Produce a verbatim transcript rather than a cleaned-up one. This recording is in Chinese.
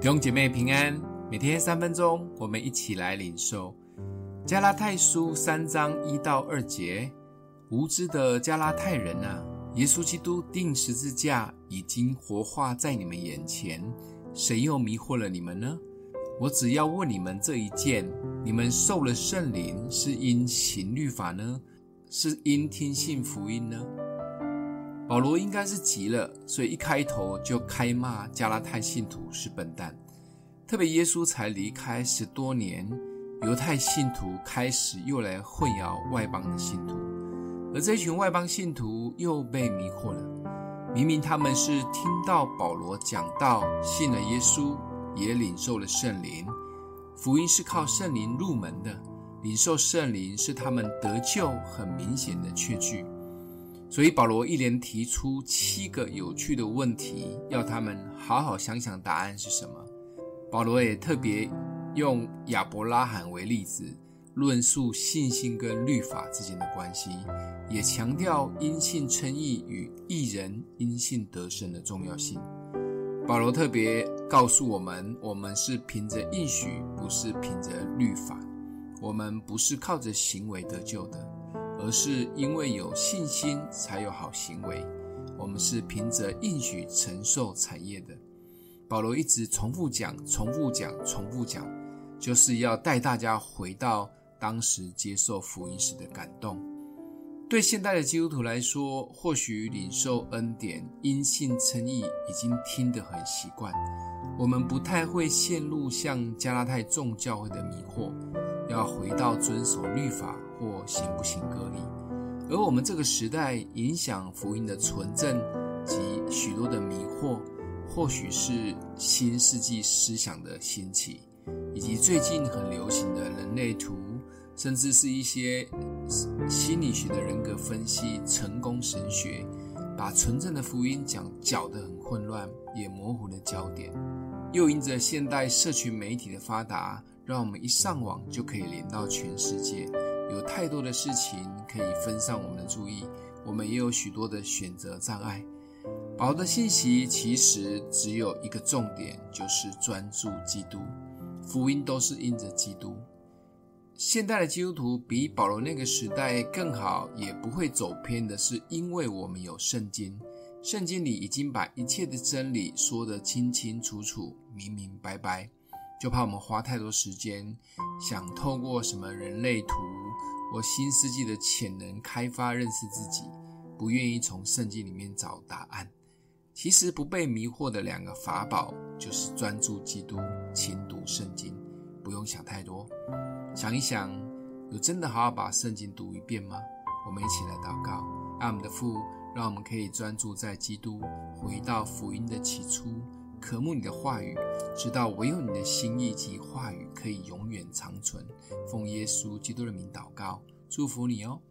弟兄姐妹平安，每天三分钟，我们一起来领受加拉太书三章一到二节。无知的加拉太人啊，耶稣基督钉十字架已经活化在你们眼前，谁又迷惑了你们呢？我只要问你们这一件，你们受了圣灵是因行律法呢，是因听信福音呢？保罗应该是急了，所以一开头就开骂加拉太信徒是笨蛋。特别耶稣才离开十多年，犹太信徒开始又来混淆外邦的信徒，而这群外邦信徒又被迷惑了。明明他们是听到保罗讲道，信了耶稣，也领受了圣灵。福音是靠圣灵入门的，领受圣灵是他们得救很明显的确据。所以保罗一连提出七个有趣的问题，要他们好好想想答案是什么。保罗也特别用亚伯拉罕为例子，论述信心跟律法之间的关系，也强调因信称义与义人因信得生的重要性。保罗特别告诉我们，我们是凭着应许，不是凭着律法。我们不是靠着行为得救的，而是因为有信心才有好行为。我们是凭着应许承受产业的。保罗一直重复讲重复讲重复讲，就是要带大家回到当时接受福音时的感动。对现代的基督徒来说，或许领受恩典因信称义已经听得很习惯，我们不太会陷入像加拉太众教会的迷惑，要回到遵守律法或行不行割礼。而我们这个时代影响福音的纯正及许多的迷惑，或许是新世纪思想的兴起，以及最近很流行的人类图，甚至是一些心理学的人格分析、成功神学，把纯正的福音讲搅得很混乱，也模糊了焦点。又因着现代社群媒体的发达，让我们一上网就可以连到全世界，有太多的事情可以分散我们的注意，我们也有许多的选择障碍。保罗的信息其实只有一个重点，就是专注基督。福音都是因着基督。现代的基督徒比保罗那个时代更好，也不会走偏的，是因为我们有圣经。圣经里已经把一切的真理说得清清楚楚、明明白白，就怕我们花太多时间想透过什么人类图或新世纪的潜能开发认识自己，不愿意从圣经里面找答案。其实不被迷惑的两个法宝就是专注基督、勤读圣经，不用想太多。想一想，有真的好好把圣经读一遍吗？我们一起来祷告。爱我们的父，让我们可以专注在基督，回到福音的起初，渴慕你的话语，知道唯有你的心意及话语可以永远长存。奉耶稣基督的名祷告，祝福你哦。